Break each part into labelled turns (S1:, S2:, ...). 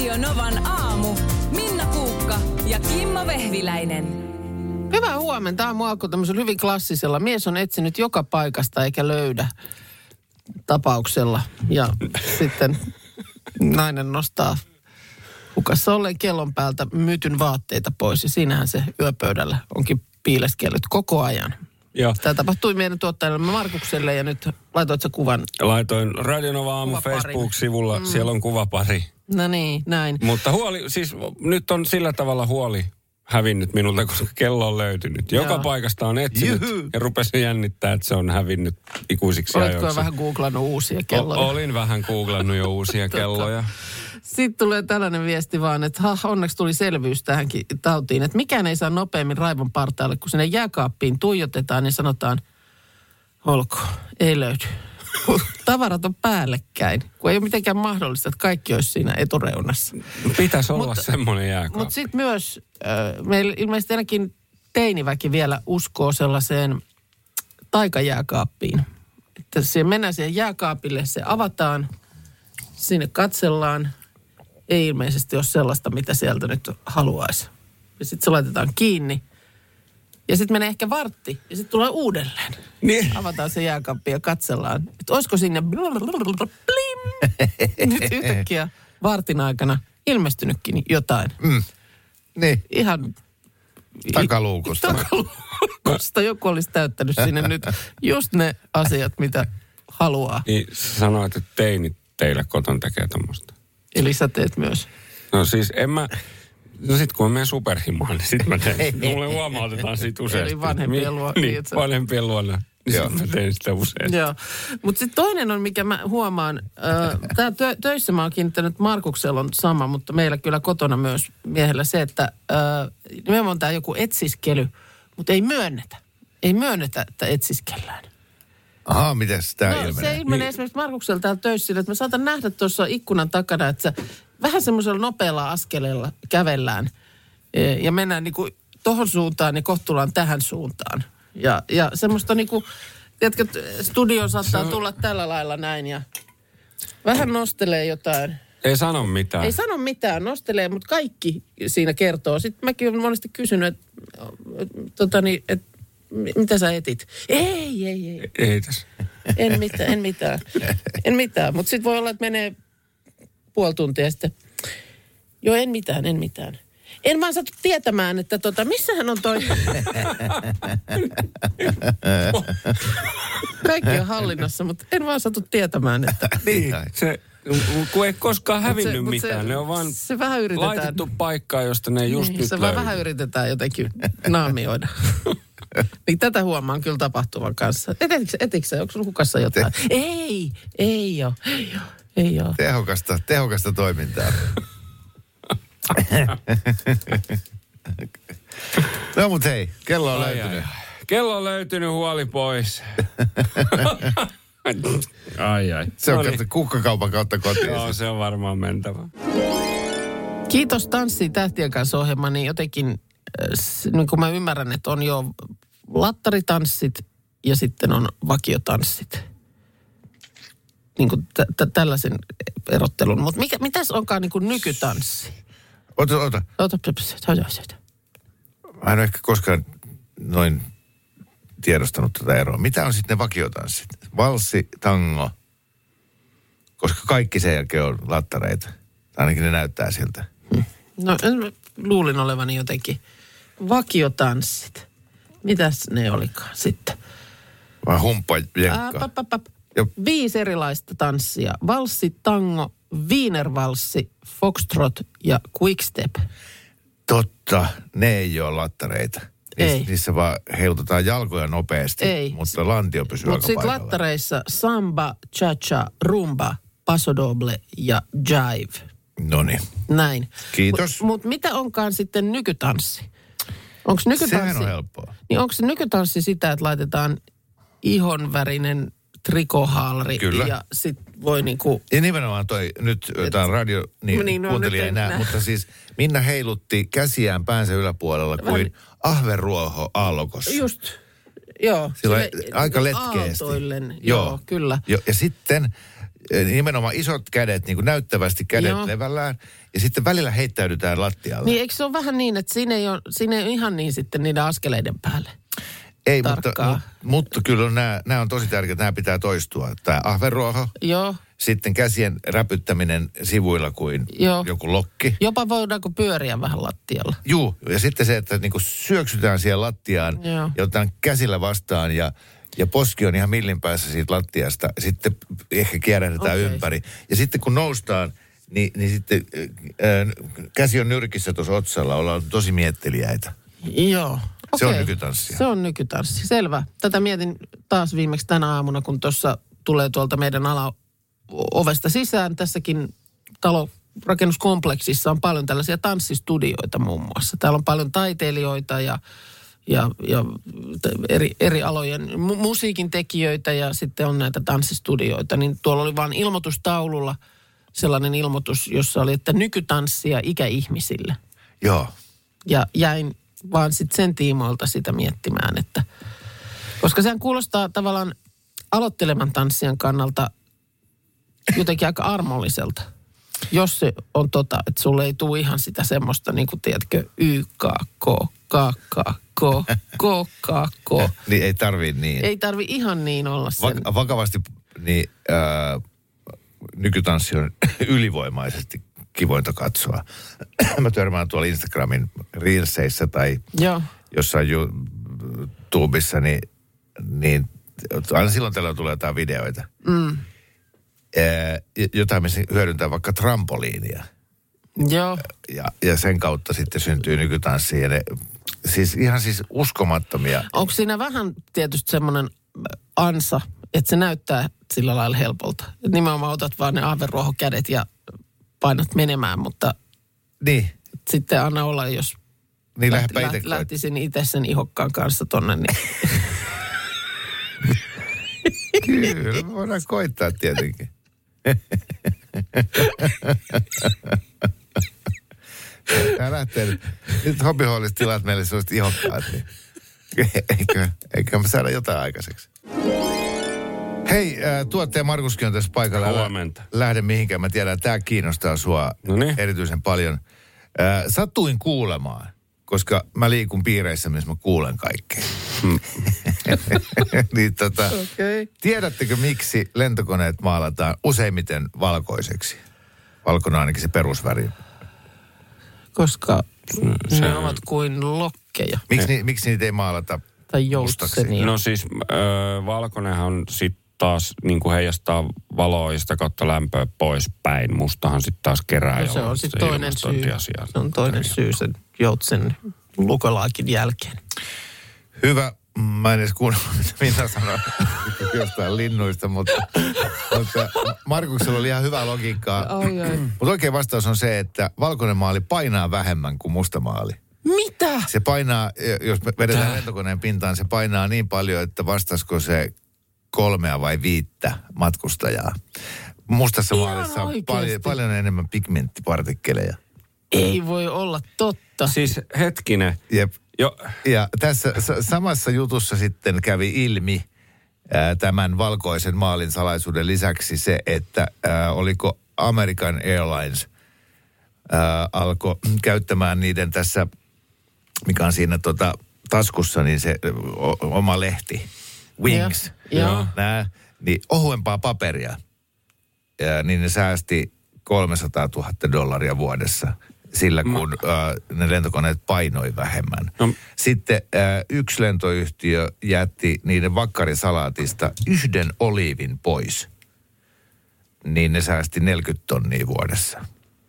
S1: Radio Novan aamu. Minna Kuukka ja Kimmo Vehviläinen.
S2: Hyvää huomenta. Aamu alkoi tämmöisellä hyvin klassisella. Mies on etsinyt joka paikasta eikä löydä tapauksella. Ja sitten nainen nostaa hukassa olleen kellon päältä myytyn vaatteita pois. Ja siinähän se yöpöydällä onkin piileskellyt koko ajan.
S3: Joo.
S2: Tämä tapahtui meidän tuottajalle Markukselle ja nyt laitoit sä kuvan.
S3: Laitoin Radio Nova aamu Facebook-sivulla. Siellä on kuvapari.
S2: No niin, näin.
S3: Mutta siis nyt on sillä tavalla huoli hävinnyt minulta, koska kello on löytynyt. Joka paikasta on etsinyt ja rupesi jännittää, että se on hävinnyt ikuisiksi ajoiksi.
S2: Oletko vähän googlannut uusia kelloja?
S3: Olin vähän googlannut jo uusia kelloja.
S2: Sitten tulee tällainen viesti vaan, että onneksi tuli selvyys tähänkin tautiin, että mikään ei saa nopeammin raivon partaalle, kun sinne jääkaappiin tuijotetaan ja sanotaan, olkoon, ei löydy. Tavarat on päällekkäin, kun ei ole mitenkään mahdollista, että kaikki olisi siinä etureunassa.
S3: Pitäisi olla semmoinen jääkaappi.
S2: Mutta sitten myös, meillä ilmeisesti ainakin teiniväki vielä uskoo sellaiseen taikajääkaappiin. Että siihen mennään siihen jääkaapille, se avataan, sinne katsellaan. Ei ilmeisesti ole sellaista, mitä sieltä nyt haluaisi. Ja sitten se laitetaan kiinni. Ja sitten menee ehkä vartti. Ja sitten tulee uudelleen.
S3: Niin.
S2: Avataan se jääkaappi ja katsellaan. Että olisiko sinne blim. Nyt yhtäkkiä vartin aikana ilmestynytkin jotain.
S4: Niin.
S2: Ihan
S4: takaluukusta.
S2: Takaluukusta joku olisi täyttänyt sinne nyt just ne asiat, mitä haluaa.
S3: Niin sanoit, että teinit teille koton tekee tommoista.
S2: Eli sä teet myös.
S3: No siis en mä... No sit kun mä menen superhimoon, niin sit mä teen. Mulle huomautetaan siitä useasti.
S2: Eli vanhempien luona.
S3: Niin, vanhempien luona. Niin sit mä teen sitä usein.
S2: Joo. Mutta sitten toinen on, mikä mä huomaan. Tää töissä mä oon kiinnittänyt, Markuksella on sama, mutta meillä kyllä kotona myös miehellä se, että nimenomaan tää joku etsiskely, mutta ei myönnetä. Ei myönnetä, että etsiskellään.
S4: Aha, miten tämä ilmenee?
S2: Se ilmenee esimerkiksi Markuksella täällä töissä, että mä saatan nähdä tuossa ikkunan takana, että vähän semmoisella nopealla askeleella kävellään ja mennään niinku tohon suuntaan ja kohtuullaan tähän suuntaan. Ja semmoista niinku, tiedätkö, studio saattaa tulla tällä lailla näin ja vähän nostelee jotain.
S3: Ei sano mitään.
S2: Ei sano mitään, nostelee, mutta kaikki siinä kertoo. Sitten mäkin olen monesti kysynyt, että mitä sä etit? Ei.
S3: Ei tässä.
S2: En mitään. Mutta sitten voi olla, että menee puoli tuntia ja sitten, joo en mitään. En vaan satu tietämään, että missähän on toi. Kaikki on hallinnassa, mutta en vaan satu tietämään, että.
S3: Niin, kun ei koskaan hävinnyt mitään. Ne on vaan
S2: se vähän yritetään.
S3: Laitettu paikkaan, josta ne just nyt
S2: se vähän yritetään jotenkin naamioida. Niin tätä huomaan kyllä tapahtuvan kanssa. Etikö se? Onko sun hukassa jotain? Ei ole.
S4: Tehokasta toimintaa. No mut hei, kello on löytynyt.
S3: Kello on löytynyt, huoli pois. Ai.
S4: Se on kukkakaupan kautta kotiin.
S3: Joo, se on varmaan mentävä.
S2: Kiitos Tanssii tähtien kanssa -ohjelma, niin jotenkin, niin kuin mä ymmärrän, että on jo lattaritanssit ja sitten on vakiotanssit. Niin kuin tällaisen erottelun. Mutta mitäs onkaan niin kuin nykytanssi?
S4: Ota. Mä en ole ehkä koskaan noin tiedostanut tätä eroa. Mitä on sitten ne vakiotanssit? Valssi, tango. Koska kaikki sen jälkeen on lattareita. Ainakin ne näyttää siltä.
S2: No luulin olevani jotenkin. Vakiotanssit. Mitäs ne olikaan sitten?
S4: Vai humppajenkka?
S2: 5 erilaista tanssia. Valssi, tango, wienervalssi, foxtrot ja quickstep.
S4: Totta, ne ei ole lattareita. Niissä vaan heilutetaan jalkoja nopeasti, mutta lantio pysyy aika paikalla. Mutta sitten
S2: lattareissa samba, cha-cha, rumba, paso doble ja jive.
S4: Noniin.
S2: Näin.
S4: Kiitos.
S2: Mutta mitä onkaan sitten nykytanssi? Onko nykytanssi?
S4: Sehän on helppoa.
S2: Niin onko se nykytanssi sitä, että laitetaan ihonvärinen trikohaalri ja sit voi niinku.
S4: Ja nimenomaan nyt tämä on radio, niin kuuntelija ei näe, mutta siis Minna heilutti käsiään päänsä yläpuolella kuin ahvenruoho aallokossa.
S2: Just, joo.
S4: Aika letkeästi.
S2: Joo, kyllä.
S4: Ja sitten nimenomaan isot kädet, niin kuin näyttävästi kädet
S2: Joo.
S4: levällään. Ja sitten välillä heittäydytään lattialle.
S2: Niin eikö se ole vähän niin, että siinä ei ole ihan niin sitten niiden askeleiden päälle?
S4: Ei,
S2: tarkkaa.
S4: mutta kyllä nämä on tosi tärkeitä, nämä pitää toistua. Tämä ahvenruoho,
S2: Joo.
S4: sitten käsien räpyttäminen sivuilla kuin
S2: Joo.
S4: joku lokki.
S2: Jopa voidaanko pyöriä vähän lattialla?
S4: Juu, ja sitten se, että niinku syöksytään siihen lattiaan
S2: Joo.
S4: ja otetaan käsillä vastaan ja poski on ihan millin päässä siitä lattiasta. Sitten ehkä kierrähdetään ympäri. Ja sitten kun noustaan, niin sitten käsi on nyrkissä tuossa otsalla, ollaan tosi mietteliäitä.
S2: Joo.
S4: Se on
S2: Okei.
S4: nykytanssia.
S2: Se on nykytanssi, selvä. Tätä mietin taas viimeksi tänä aamuna, kun tuossa tulee tuolta meidän ovesta sisään. Tässäkin rakennuskompleksissa on paljon tällaisia tanssistudioita muun muassa. Täällä on paljon taiteilijoita ja eri alojen musiikin tekijöitä ja sitten on näitä tanssistudioita. Niin tuolla oli vaan ilmoitustaululla sellainen ilmoitus, jossa oli, että nykytanssia ikäihmisille.
S4: Joo.
S2: Ja jäin vaan sitten sen tiimoilta sitä miettimään, että koska sehän kuulostaa tavallaan aloittelevan tanssijan kannalta jotenkin aika armolliselta. Jos se on että sulle ei tule ihan sitä semmoista, niin kuin tiedätkö, KK.
S4: Niin ei tarvii niin.
S2: Ei tarvi ihan niin olla sen.
S4: Vakavasti niin nykytanssi on ylivoimaisesti kivointa katsoa. Mä törmään tuolla Instagramin Reelseissä tai
S2: Joo.
S4: jossain YouTubessa, niin aina silloin tällöin tulee jotain videoita. Jotain, missä hyödyntää vaikka trampoliinia.
S2: Joo.
S4: Ja sen kautta sitten syntyy nykytanssia. Ja ne, siis ihan siis uskomattomia.
S2: Onko siinä vähän tietysti semmoinen ansa, että se näyttää sillä lailla helpolta? Et nimenomaan otat vaan ne ahvenruohokädet ja painat menemään, mutta
S4: Niin.
S2: sitten anna olla, jos
S4: Niin lähdepä itse
S2: lähtisin itse sen ihokkaan kanssa tonne. Niin.
S4: Kyllä, me voidaan koittaa tietenkin. Tämä lähtee nyt hobbyhollista tilat meille sellaiset ihokkaat, niin eikö me saada jotain aikaiseksi. Hei, tuottaja Markuskin on tässä paikalla.
S3: Huomenta.
S4: Lähde mihinkään, mä tiedän, tämä kiinnostaa sua erityisen paljon. Satuin kuulemaan, koska mä liikun piireissä, missä mä kuulen kaikkea. Niin
S2: Okay.
S4: Tiedättekö, miksi lentokoneet maalataan useimmiten valkoiseksi? Valkoinen on ainakin se perusväri.
S2: Koska ne ovat kuin lokkeja.
S4: Miksi niitä ei maalata
S2: Tai
S4: mustaksi?
S2: joutsenia.
S3: No siis valkoinenhan sitten taas niin kuin heijastaa valoa ja sitä kautta lämpöä poispäin. Mustahan sitten taas kerää.
S2: No se on sitten toinen syy. Se on toinen syy sen joutsen lukolaikin jälkeen.
S4: Hyvä. Mä en edes kuunnellut, mitä minä sanoin jostain linnuista, mutta Markuksella oli ihan hyvää logiikkaa. Mutta oikein vastaus on se, että valkoinen maali painaa vähemmän kuin musta maali.
S2: Mitä?
S4: Se painaa, jos me vedetään lentokoneen pintaan, se painaa niin paljon, että vastaisiko se 3 vai 5 matkustajaa. Mustassa maalissa on paljon enemmän pigmenttipartikkeleja.
S2: Ei voi olla totta.
S3: Siis hetkinen.
S4: Jep. Ja tässä samassa jutussa sitten kävi ilmi tämän valkoisen maalin salaisuuden lisäksi se, että oliko American Airlines alkoi käyttämään niiden tässä, mikä on siinä taskussa, niin se oma lehti, Wings, niin ohuempaa paperia. Niin ne säästi $300,000 vuodessa sillä, kun ne lentokoneet painoi vähemmän. No. Sitten yksi lentoyhtiö jätti niiden vakkarisalaatista 1 oliivin pois. Niin ne säästi 40 tonnia vuodessa.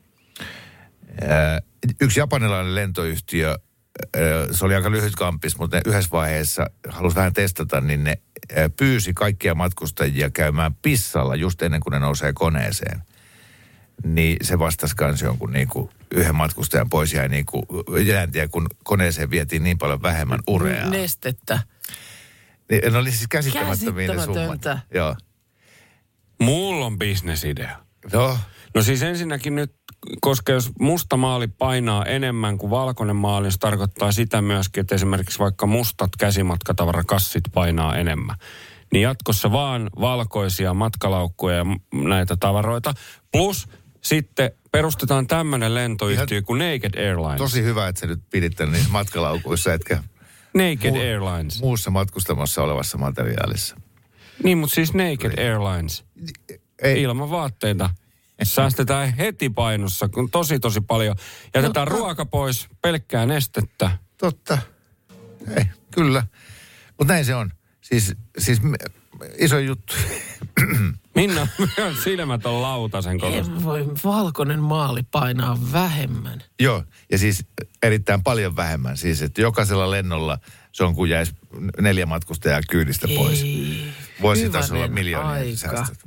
S4: Yksi japanilainen lentoyhtiö, se oli aika lyhyt kampis, mutta ne yhdessä vaiheessa halusi vähän testata, niin ne pyysi kaikkia matkustajia käymään pissalla just ennen kuin ne nousee koneeseen. Niin se vastasi kans jonkun niinku yhden matkustajan pois jäi niinku jääntiä, kun koneeseen vietiin niin paljon vähemmän ureaa.
S2: Nestettä.
S4: Ne oli siis käsittämättömiä ne summat. Joo.
S3: Mulla on bisnesidea.
S4: No
S3: siis ensinnäkin nyt, koska jos musta maali painaa enemmän kuin valkoinen maali, se tarkoittaa sitä myöskin, että esimerkiksi vaikka mustat käsimatkatavarakassit painaa enemmän. niin jatkossa vaan valkoisia matkalaukkuja ja näitä tavaroita. Plus sitten perustetaan tämmöinen lentoyhtiö kuin Naked Airlines.
S4: Tosi hyvä, että sä nyt pidit tämän niissä matkalaukuissa, etkä
S3: Naked Airlines.
S4: Muussa matkustamassa olevassa materiaalissa.
S3: Niin, mutta siis Naked Airlines.
S4: Ei.
S3: Ilman vaatteita. Säästetään heti painossa, kun tosi paljon. Jätetään ruoka pois, pelkkää nestettä.
S4: Totta. Ei, kyllä. Mutta näin se on. Siis iso juttu.
S3: Minna, silmät on lautasen kokoista.
S2: Ei voi valkoinen maali painaa vähemmän.
S4: Joo, ja siis erittäin paljon vähemmän. Siis, että jokaisella lennolla se on kuin jäisi 4 matkustajaa kyydistä pois. Vuositasolla miljoonia säästöt.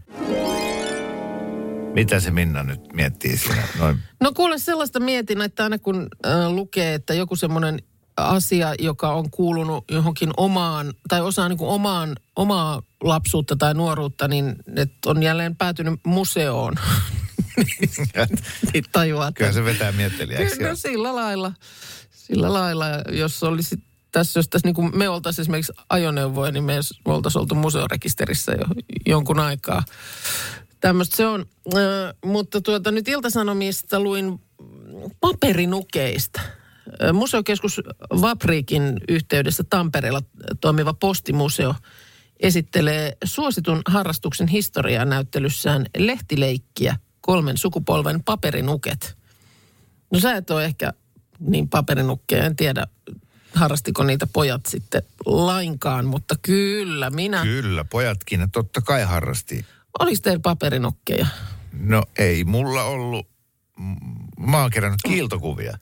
S4: Mitä se Minna nyt miettii siinä?
S2: No kuule, sellaista mietin, että aina kun lukee, että joku semmoinen asia, joka on kuulunut johonkin omaan, tai osaa niin kuin omaa lapsuutta tai nuoruutta, niin että on jälleen päätynyt museoon. Niin tajuaa.
S4: Kyllä se vetää miettelijäksi.
S2: No sillä lailla, jos olisi tässä, jos tässä niin kuin me oltaisiin esimerkiksi ajoneuvoja, niin me oltaisiin oltu museorekisterissä jo jonkun aikaa. Tämmöistä se on. Mutta nyt Ilta-Sanomista luin paperinukeista. Museokeskus Vapriikin yhteydessä Tampereella toimiva Postimuseo esittelee suositun harrastuksen historiaa näyttelyssään lehtileikkiä 3 sukupolven paperinuket. No sä et ole ehkä niin paperinukkeja, en tiedä harrastiko niitä pojat sitten lainkaan, mutta kyllä minä.
S4: Kyllä, pojatkin totta kai harrasti.
S2: Oliko teillä paperinukkeja?
S4: No ei mulla ollut. Mä oon kerännyt kiiltokuvia.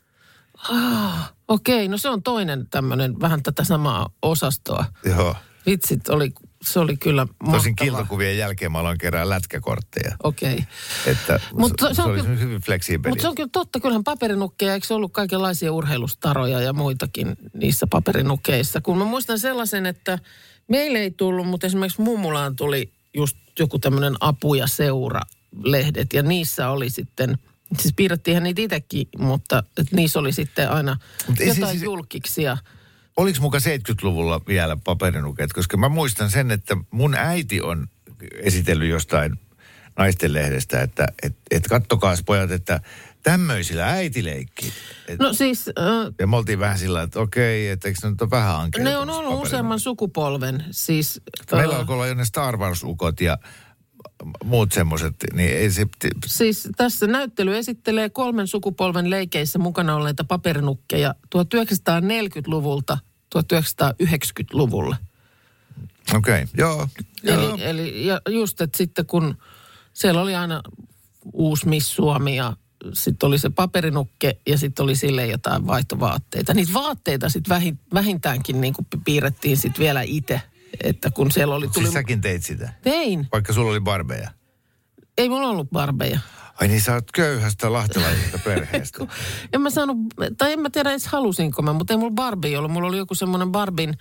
S2: Okei, no se on toinen tämmöinen vähän tätä samaa osastoa.
S4: Joo.
S2: Vitsit, se oli kyllä mahtavaa.
S4: Tosin kiiltokuvien jälkeen mä aloin kerää lätkäkortteja.
S2: Okei.
S4: Että se oli
S2: kyllä,
S4: hyvin fleksiibeli.
S2: Mutta se on kyllä totta, kyllähän paperinukkeja, eikö se ollut kaikenlaisia urheilustaroja ja muitakin niissä paperinukeissa? Kun mä muistan sellaisen, että meille ei tullut, mutta esimerkiksi mummulaan tuli just joku tämmöinen apu- ja seura-lehdet ja niissä oli sitten. Siis piirrettiinhän niitä itsekin, mutta niissä oli sitten aina jotain julkiksia.
S4: Oliko muka 70-luvulla vielä paperinukeet? Koska mä muistan sen, että mun äiti on esitellyt jostain naistenlehdestä, että kattokaas pojat, että tämmöisillä äitileikki.
S2: No siis.
S4: Ja me oltiin vähän sillä, että okei, että eikö ne nyt ole vähän hankeja?
S2: Ne on ollut useamman sukupolven. Siis,
S4: meillä alkoi olla jo ne Star Wars-ukot ja muut semmoiset, niin ei se.
S2: Siis tässä näyttely esittelee 3 sukupolven leikeissä mukana olleita paperinukkeja 1940-luvulta 1990-luvulle.
S4: Okei, joo.
S2: Eli ja just, että sitten kun siellä oli aina uusi Miss Suomi ja sitten oli se paperinukke ja sitten oli sille jotain vaihtovaatteita. Niitä vaatteita sitten vähintäänkin niin kuin piirrettiin sitten vielä itse. Että kun siellä oli.
S4: Siis säkin teit sitä?
S2: Tein.
S4: Vaikka sulla oli barbeja?
S2: Ei mulla ollut barbeja.
S4: Ai niin, sä oot köyhästä lahtelaisesta perheestä.
S2: En mä saanut, tai en mä tiedä edes halusinko mä, mutta ei mulla Barbie ollut. Mulla oli joku semmoinen Barbin,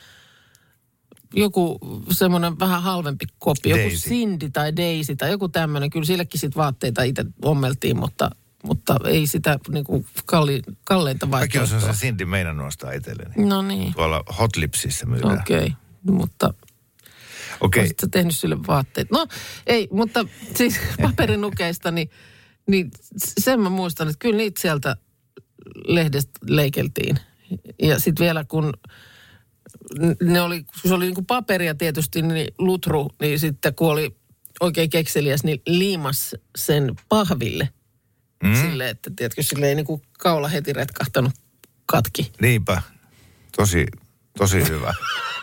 S2: joku semmoinen vähän halvempi kopio. Joku Cindy tai Daisy tai joku tämmöinen. Kyllä sillekin sit vaatteita itse ommeltiin, mutta ei sitä niinku kalleinta vaihtoehtoa.
S4: Mäkin on se Cindy meinannut ostaa itselleni.
S2: No niin.
S4: Tuolla Hot Lipsissä myydään.
S2: Okei. Mutta olisit sä tehnyt sille vaatteet. No ei, mutta siis paperinukeista, niin sen mä muistan, että kyllä niitä sieltä lehdestä leikeltiin. Ja sitten vielä kun se oli niin kuin paperia tietysti, niin lutru, niin sitten kun oli oikein kekseliäs, niin liimas sen pahville. Silleen, että tiedätkö, sille ei niin kuin kaula heti retkahtanut katki.
S4: Niinpä. Tosi hyvä.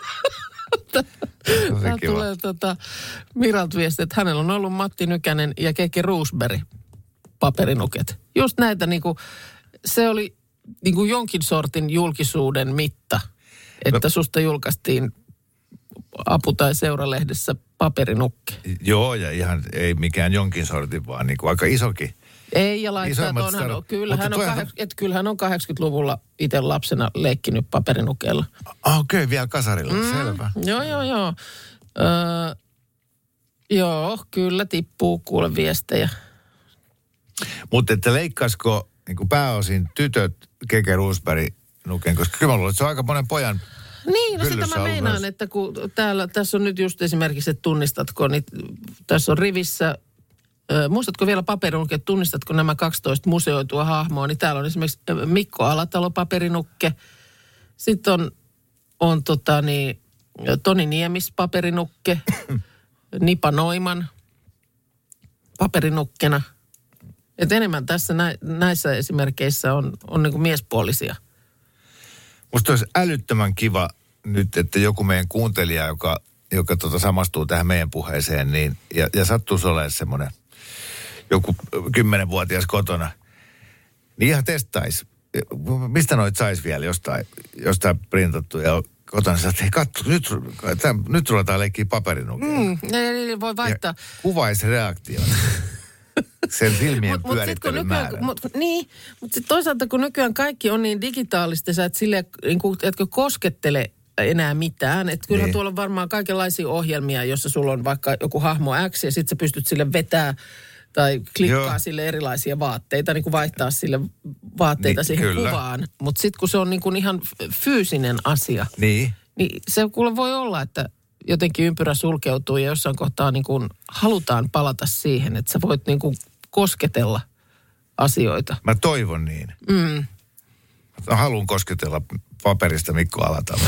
S2: Tää tulee Miralta viesti, että hänellä on ollut Matti Nykänen ja Keke Roosberg paperinuket. Just näitä niinku, se oli niinku jonkin sortin julkisuuden mitta, että susta julkaistiin apu- tai seuralehdessä paperinukke.
S4: Joo, ja ihan ei mikään jonkin sortin, vaan niinku aika isokin.
S2: Ei, ja laittaa, kyllähän on 80-luvulla itse lapsena leikkinyt paperinukella.
S4: Okei, vielä kasarilla, selvä.
S2: Joo. Joo, kyllä tippuu kuule viestejä.
S4: Mutta että leikkaisiko niin pääosin tytöt Keke Roosberg nuken, koska kyllä mä luulen, että se on aika monen pojan
S2: Niin, no sitä
S4: hyllyssä
S2: mä
S4: ollut
S2: meinaan,
S4: myös.
S2: että kun tässä on nyt just esimerkiksi, että tunnistatko, niin tässä on rivissä, muistatko vielä paperinukke, että tunnistatko nämä 12 museoitua hahmoa, niin täällä on esimerkiksi Mikko Alatalo paperinukke, sitten on Toni Niemis paperinukke, Nipa Noiman paperinukkena. Et enemmän tässä näissä esimerkkeissä on niin kuin miespuolisia.
S4: Musta olisi älyttömän kiva nyt, että joku meidän kuuntelija, joka samastuu tähän meidän puheeseen, niin, ja sattuisi olemaan semmoinen joku 10-vuotias kotona, niin ihan testaisi. Mistä noit saisi vielä jostain printattu ja kotona sanoa, että hei katso, nyt ruvetaan leikkiä paperinukkeja.
S2: Eli voi vaihtaa.
S4: Ja kuvaisi reaktion. Sen silmien pyörittelyn määrä.
S2: Mutta sitten toisaalta kun nykyään kaikki on niin digitaalista, sä et silleen, niin kuin, etkö koskettele enää mitään. Että kyllähän tuolla on varmaan kaikenlaisia ohjelmia, jossa sulla on vaikka joku hahmo X ja sitten sä pystyt sille vetää tai klikkaa sille erilaisia vaatteita, niin kuin vaihtaa sille vaatteita siihen kuvaan. Mutta sitten kun se on niin kuin ihan fyysinen asia, niin se kuule voi olla, että jotenkin ympyrä sulkeutuu ja jossain kohtaa niin kuin halutaan palata siihen, että sä voit niin kuin kosketella asioita.
S4: Mä toivon niin. Mä haluan kosketella paperista Mikko Alatalo.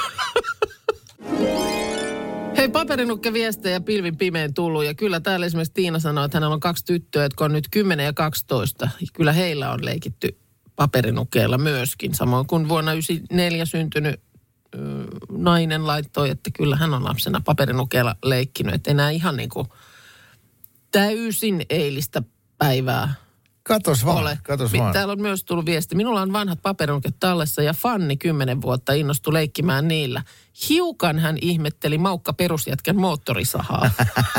S2: Hei, paperinukke viestejä pilvin pimein tullut ja kyllä täällä esimerkiksi Tiina sanoi, että hänellä on 2 tyttöä, jotka on nyt 10 ja 12. Kyllä heillä on leikitty paperinukkeilla myöskin, samoin kuin vuonna 1994 syntynyt nainen laittoi, että kyllä hän on lapsena paperinukeella leikkinyt. Että enää ihan niin kuin täysin eilistä päivää
S4: Katos vaan.
S2: Täällä on myös tullut viesti. Minulla on vanhat paperinuket tallessa ja Fanni 10 vuotta innostui leikkimään niillä. Hiukan hän ihmetteli Maukka perusjätkän moottorisahaa.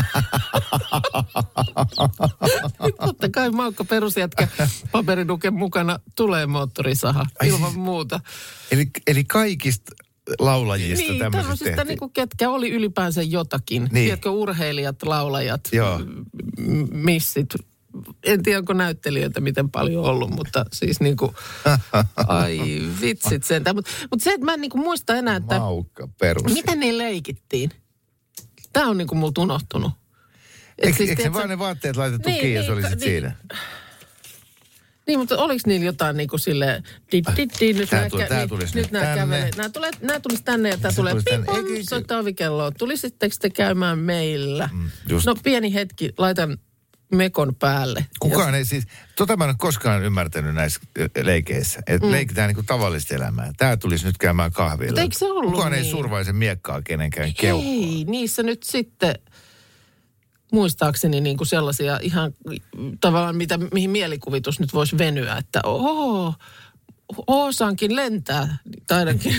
S2: Totta kai Maukka perusjätkä paperinuken mukana tulee moottorisaha ilman muuta.
S4: Eli kaikista laulajista
S2: niin,
S4: tämmöisistä tehtiin.
S2: Niin, ketkä oli ylipäänsä jotakin.
S4: Niin.
S2: Tiedätkö, urheilijat, laulajat, missit. En tiedä, onko näyttelijöitä miten paljon ollut, mutta siis niinku, ai vitsit sentään. Mutta se, että mä en niinku muista enää, että
S4: Maukka perus.
S2: miten ne leikittiin. Tämä on niinku multa unohtunut.
S4: Eikö se vaan ne vaatteet laitettu kiinni ja se oli sit siinä?
S2: Niin, mutta oliko niillä jotain niinku silleen,
S4: Tää tulisi nyt tänne.
S2: Nää tulisi tänne ja tää tulee soittaa ovikelloa. Tulisittekö te käymään meillä? No pieni hetki, laitan mekon päälle.
S4: Kukaan ei siis, mä en ole koskaan ymmärtänyt näissä leikeissä, että leikitään niinku tavallista elämää. Tää tulisi nyt käymään kahvilla.
S2: Mutta eikö se ollut
S4: Kukaan
S2: niin?
S4: ei survaise miekkaa kenenkään keuhkoon.
S2: Ei, niissä nyt sitten muistaakseni niinku sellaisia ihan tavallaan, mihin mielikuvitus nyt voisi venyä, että osaankin lentää, taidankin.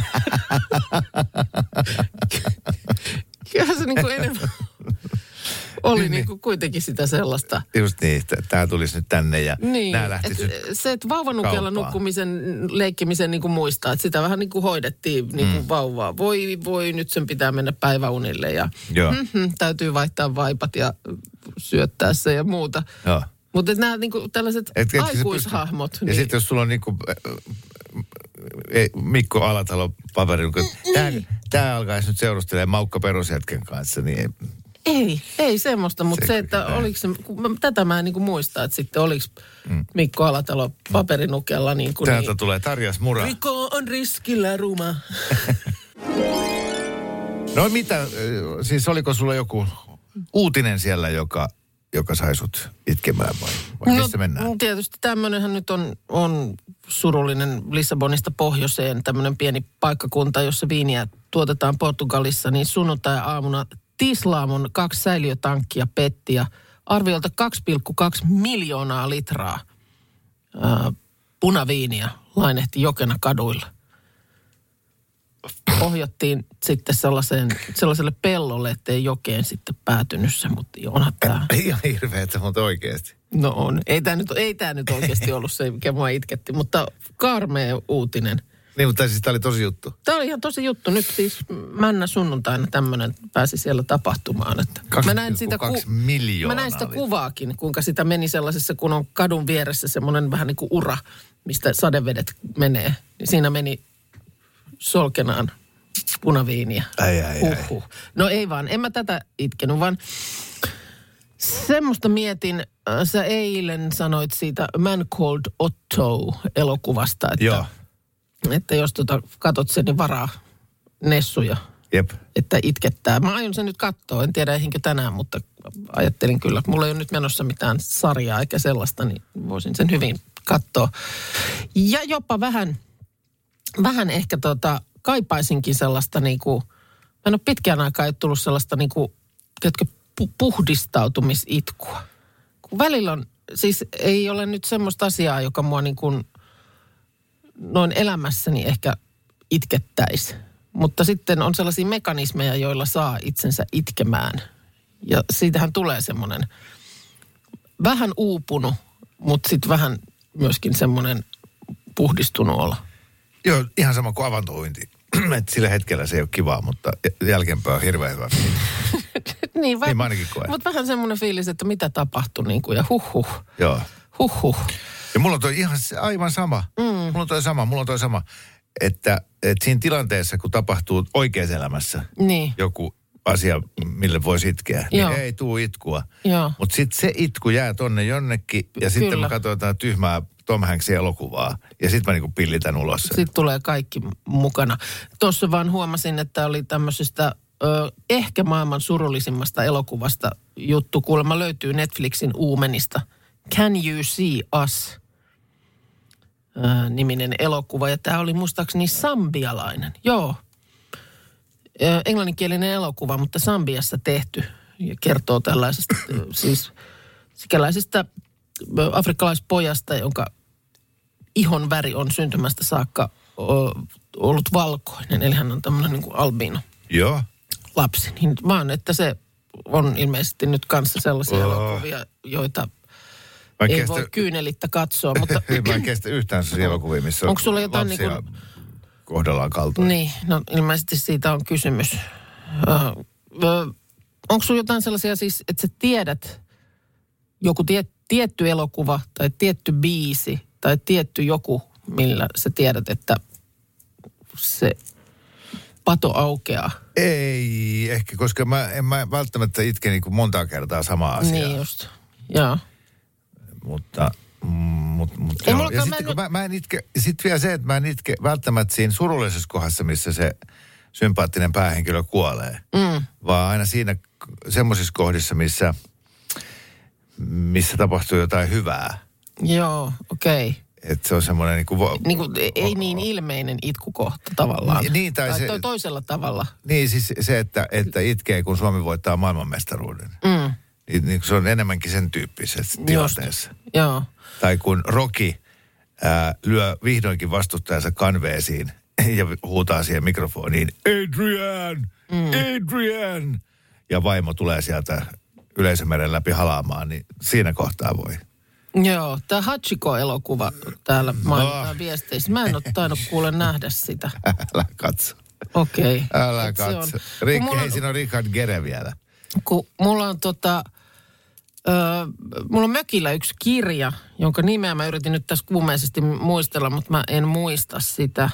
S2: Kyllä se niinku enemmän oli niinku kuitenkin sitä sellaista.
S4: Just niin, tää tulisi nyt tänne ja nää lähtisi nyt
S2: se, että vauvanukella nukkumisen, leikkimisen niinku muistaa, että sitä vähän niinku hoidettiin niinku vauvaa. Voi, nyt sen pitää mennä päiväunille ja täytyy vaihtaa vaipat ja syöttää se ja muuta. Mutta nämä niinku tällaiset aikuishahmot.
S4: Ja sitten jos sulla on niinku Mikko Alatalo paperinukke, tää alkaisi nyt seurustelemaan Maukka perusjätkän kanssa, niin
S2: Ei semmoista, mutta se, että oliko se, tätä mä en niin kuin muista, että sitten oliko Mikko Alatalo paperinukella niin kuin
S4: täältä tulee Tarjas Mura.
S2: Riko on riskillä ruma.
S4: No mitä, siis oliko sulla joku uutinen siellä, joka sai sut itkemään vai missä mennään?
S2: No tietysti tämmöinenhän nyt on surullinen Lissabonista pohjoiseen, tämmöinen pieni paikkakunta, jossa viiniä tuotetaan Portugalissa, niin sunnuntai-aamuna Tislaamon 2 säiliötankkia petti ja arviolta 2,2 miljoonaa litraa punaviiniä lainehti Jokena kaduilla. Ohjattiin sitten sellaiselle pellolle, ettei jokeen sitten päätynyt se, mutta onhan tämä.
S4: Ihan hirveetä, mutta oikeasti.
S2: No on. Ei tämä nyt oikeasti ollut se, mikä mua itketti, mutta karmea uutinen.
S4: Niin, mutta siis tämä oli tosi juttu.
S2: Tämä oli ihan tosi juttu. Nyt siis männä sunnuntaina tämmöinen pääsi siellä tapahtumaan. Että
S4: 2,2 miljoonaa.
S2: Mä näin sitä kuvaakin, kuinka sitä meni sellaisessa, kun on kadun vieressä semmoinen vähän niin kuin ura, mistä sadevedet menee. Niin siinä meni solkenaan punaviiniä.
S4: Ai.
S2: No ei vaan, en mä tätä itkenyt, vaan semmoista mietin, sä eilen sanoit siitä Man Called Otto-elokuvasta, että jos katot sen, niin varaa nessuja.
S4: Jep.
S2: Että itkettää. Mä aion sen nyt katsoa, en tiedä eihinkö tänään, mutta ajattelin kyllä, että mulla ei ole nyt menossa mitään sarjaa eikä sellaista, niin voisin sen hyvin katsoa. Ja jopa vähän ehkä kaipaisinkin sellaista niinku, mä en ole pitkään aikaa ei tullut sellaista niinku, tiedätkö, puhdistautumisitkua. Kun välillä on, siis ei ole nyt semmoista asiaa, joka mua niin kuin noin elämässäni ehkä itkettäisi. Mutta sitten on sellaisia mekanismeja, joilla saa itsensä itkemään. Ja siitähän tulee semmoinen vähän uupunut, mutta sitten vähän myöskin semmoinen puhdistunut olo.
S4: Joo, ihan sama kuin avantouinti. Että sillä hetkellä se ei ole kivaa, mutta jälkeenpäin on hirveän hyvä.
S2: Niin
S4: mä ainakin koen.
S2: Mutta vähän semmoinen fiilis, että mitä tapahtui niin kuin, ja huhhuh.
S4: Joo.
S2: Huhhuh.
S4: Ja mulla on toi ihan aivan sama. Mulla on toi sama. Että siinä tilanteessa, kun tapahtuu oikeassa elämässä joku asia, mille voisi itkeä, niin ei tuu itkua. Mutta sitten se itku jää tonne jonnekin, ja sitten me katsotaan tyhmää Tom Hanksin elokuvaa, ja sitten mä niinku pillitän ulos.
S2: Sitten tulee kaikki mukana. Tuossa vaan huomasin, että oli tämmöisestä ehkä maailman surullisimmasta elokuvasta juttu. Kuulemma löytyy Netflixin uumenista. Can You See Us? Niminen elokuva. Ja tämä oli muistaakseni sambialainen. Joo. Englanninkielinen elokuva, mutta Sambiassa tehty. Ja kertoo tällaisesta siis sikäläisestä afrikkalaispojasta, jonka ihon väri on syntymästä saakka ollut valkoinen. Eli hän on tämmöinen niin kuin albino.
S4: Joo.
S2: Lapsi. Niin vaan, että se on ilmeisesti nyt kanssa sellaisia elokuvia, joita ei voi kyynelittä katsoa. Mutta
S4: mä en kestä yhtään sellaisia elokuvia, missä
S2: onko sulla jotain
S4: lapsia niin kohdallaan kaltoin.
S2: Niin, no ilmeisesti siitä on kysymys. Onko sulla jotain sellaisia siis, että sä tiedät joku tietty elokuva tai tietty biisi tai tietty joku, millä sä tiedät, että se pato aukeaa?
S4: Ei ehkä, koska en mä välttämättä itke niin kuin montaa kertaa samaa asiaa.
S2: Niin just, joo.
S4: Mutta joo. Ja sitten kun mä en itke, sitten vielä se, että mä en itke välttämättä siinä surullisessa kohdassa, missä se sympaattinen päähenkilö kuolee. Vaan aina siinä semmoisissa kohdissa, missä tapahtuu jotain hyvää.
S2: Joo, okei.
S4: Että se on semmoinen
S2: ei niin ilmeinen itkukohta tavallaan.
S4: Niin, tai se,
S2: toisella tavalla.
S4: Niin, siis se, että itkee, kun Suomi voittaa maailmanmestaruuden. Niin se on enemmänkin sen tyyppisessä tilanteessa.
S2: Joo.
S4: Tai kun Rocky lyö vihdoinkin vastustajansa kanveesiin ja huutaa siihen mikrofoniin, Adrian! Ja vaimo tulee sieltä yleisömeren läpi halaamaan, niin siinä kohtaa voi.
S2: Joo, tämä Hachiko-elokuva täällä mainitaan viesteissä. Mä en ole tainnut kuule nähdä sitä.
S4: Älä katso.
S2: Okei.
S4: Älä katso. Hei, siinä on Richard Gere vielä.
S2: Kun mulla on mulla on mökillä yksi kirja, jonka nimeä mä yritin nyt tässä kuumeisesti muistella, mutta mä en muista sitä.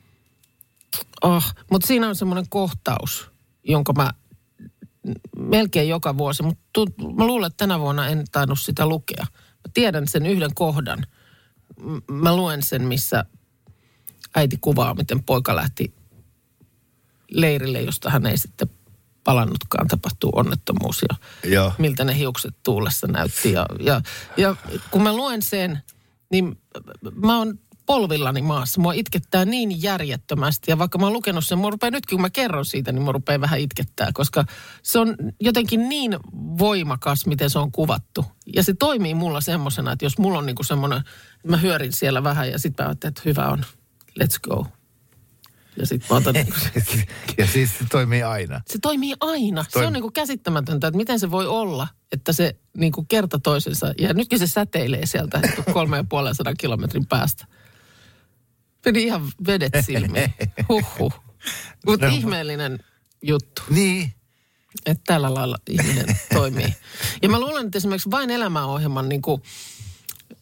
S2: Mutta siinä on semmoinen kohtaus, jonka mä melkein joka vuosi, mutta mä luulen, että tänä vuonna en tainnut sitä lukea. Mä tiedän sen yhden kohdan. Mä luen sen, missä äiti kuvaa, miten poika lähti leirille, josta hän ei sitten palannutkaan, tapahtuu onnettomuus ja miltä ne hiukset tuulessa näytti. Ja kun mä luen sen, niin mä oon polvillani maassa. Mua itkettää niin järjettömästi. Ja vaikka mä oon lukenut sen, mua rupeaa nytkin, kun mä kerron siitä, niin mua rupeaa vähän itkettää. Koska se on jotenkin niin voimakas, miten se on kuvattu. Ja se toimii mulla semmosena, että jos mulla on niinku semmoinen, mä hyörin siellä vähän ja sit mä ajattelin, että hyvä on, let's go. Ja sit mä otan
S4: ja siis se toimii aina.
S2: Se toimii aina. Se on niinku käsittämätöntä, että miten se voi olla, että se niinku kerta toisensa, ja nytkin se säteilee sieltä 350 kilometrin päästä. Meni ihan vedet silmiin. Huhhuh. Mutta ihmeellinen juttu.
S4: Niin.
S2: Että tällä lailla ihminen toimii. Ja mä luulen, että esimerkiksi Vain elämää -ohjelman niin kuin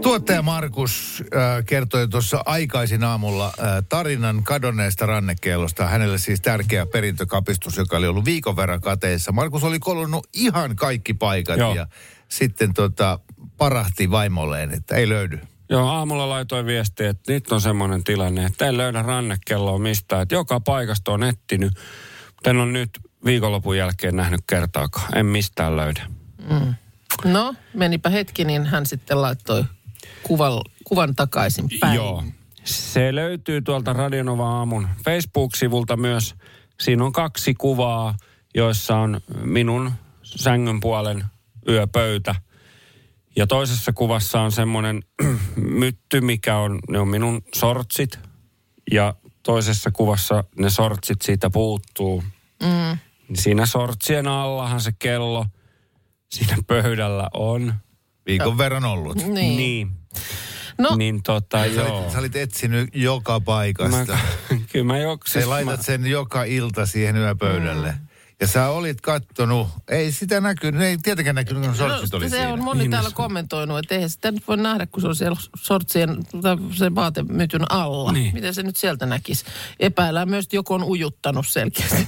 S4: Tuottaja Markus kertoi tuossa aikaisin aamulla tarinan kadonneesta rannekellosta. Hänelle siis tärkeä perintökapistus, joka oli ollut viikon verran kateissa. Markus oli kolonnut ihan kaikki paikat ja sitten parahti vaimolleen, että ei löydy.
S3: Joo, aamulla laitoin viestiä, että nyt on semmoinen tilanne, että ei löydä rannekelloa mistään. Että joka paikasta on etsinyt, mutta en ole nyt viikonlopun jälkeen nähnyt kertaakaan. En mistään löydä.
S2: Mm. No, menipä hetki, niin hän sitten laittoi kuvan takaisin päin.
S3: Joo. Se löytyy tuolta Radio Nova Aamun Facebook-sivulta myös. Siinä on 2 kuvaa, joissa on minun sängyn puolen yöpöytä. Ja toisessa kuvassa on semmoinen mytty, ne on minun sortsit. Ja toisessa kuvassa ne sortsit siitä puuttuu. Mm. Siinä sortsien allahan se kello siinä pöydällä on.
S4: Viikon verran ollut.
S3: Niin. No. Niin joo.
S4: Sä olit etsinyt joka paikasta.
S3: Kyllä mä
S4: laitat sen joka ilta siihen yöpöydälle. Ja sä olit kattonut, ei sitä näkynyt, ei tietenkään näkynyt, kun sortsit oli siinä.
S2: Se on moni täällä kommentoinut, että eihän sitä nyt voi nähdä, kun se on siellä sortsien, sen vaatemytyn alla. Niin. Miten se nyt sieltä näkisi? Epäillään myös, että joku on ujuttanut selkeästi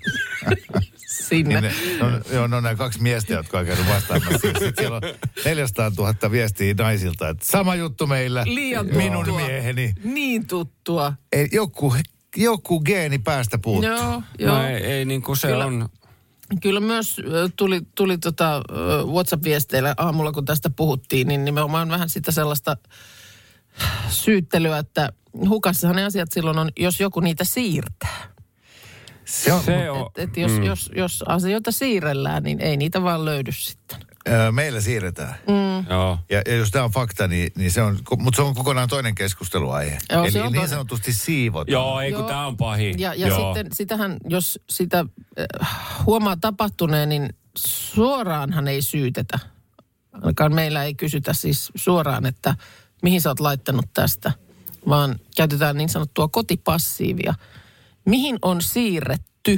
S2: sinne.
S4: Niin ne on nämä 2 miestä, jotka on käynyt vastaamassa. Sitten siellä on 400 000 viestiä naisilta, että sama juttu meillä.
S2: Liian
S4: minun mieheni.
S2: Niin tuttua.
S4: Ei, joku geeni päästä puuttuu.
S2: Joo.
S3: No ei niin kuin se kyllä, on.
S2: Kyllä myös tuli WhatsApp-viesteillä aamulla, kun tästä puhuttiin, niin nimenomaan vähän sitä sellaista syyttelyä, että hukassahan ne asiat silloin on, jos joku niitä siirtää.
S4: Se on.
S2: Jos asioita siirrellään, niin ei niitä vaan löydy sitten.
S4: Meillä siirretään.
S3: Joo.
S4: Ja jos tämä on fakta, niin se on, mutta se on kokonaan toinen keskusteluaihe.
S2: Joo,
S4: eli niin sanotusti siivotaan.
S3: Joo, ei kun tämä on pahin.
S2: Ja sitten sitähän, jos sitä huomaa tapahtuneen, niin suoraanhan ei syytetä. Ainakaan meillä ei kysytä siis suoraan, että mihin sä oot laittanut tästä, vaan käytetään niin sanottua kotipassiivia. Mihin on siirretty?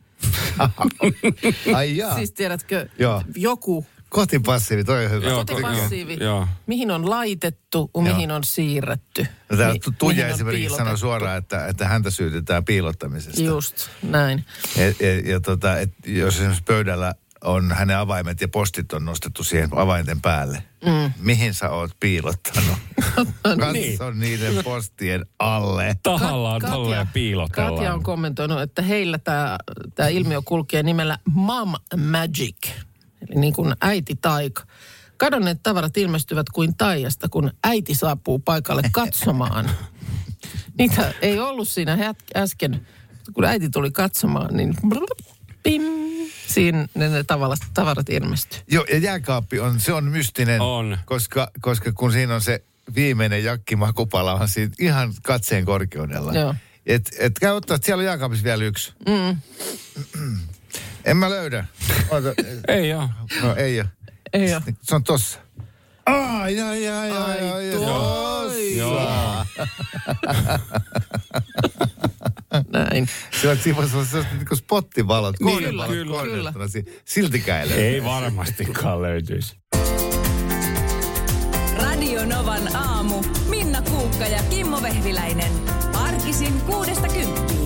S4: Ai jaa.
S2: Siis tiedätkö,
S4: joku. Kotipassiivi, toi on hyvä.
S2: Kotipassiivi. Mihin on laitettu, mihin on siirretty.
S4: No, täällä Tuija esimerkiksi sanoi suoraan, että häntä syytetään piilottamisesta.
S2: Just, näin.
S4: Jos esimerkiksi pöydällä on hänen avaimet ja postit on nostettu siihen avainten päälle. Mihin sä oot piilottanut? Katso niiden postien alle.
S3: Tahallaan tolleen piilotellaan.
S2: Katja on kommentoinut, että heillä tämä ilmiö kulkee nimellä Mom Magic. Eli niin kuin äiti taika. Kadonneet tavarat ilmestyvät kuin taijasta, kun äiti saapuu paikalle katsomaan. Niitä ei ollut siinä äsken, kun äiti tuli katsomaan, niin pim. Siinä ne tavarat ilmestyy. Joo,
S4: ja jääkaappi se on mystinen.
S3: On.
S4: Koska kun siinä on se viimeinen jakkimakupala, on siinä ihan katseen korkeudella.
S2: Joo.
S4: Et käy ottaa, että siellä on jääkaapissa vielä yksi. En mä löydä.
S3: Ei oo.
S4: No ei oo.
S2: Ei oo.
S4: Se on tossa. Ai.
S2: Tossa. Näin.
S4: Se on niin kuin spottivalot.
S2: Kyllä.
S4: Siltikään
S3: ei varmastikaan löytyisi.
S1: Radio Novan aamu. Minna Kuukka ja Kimmo Vehviläinen. Arkisin 6–10.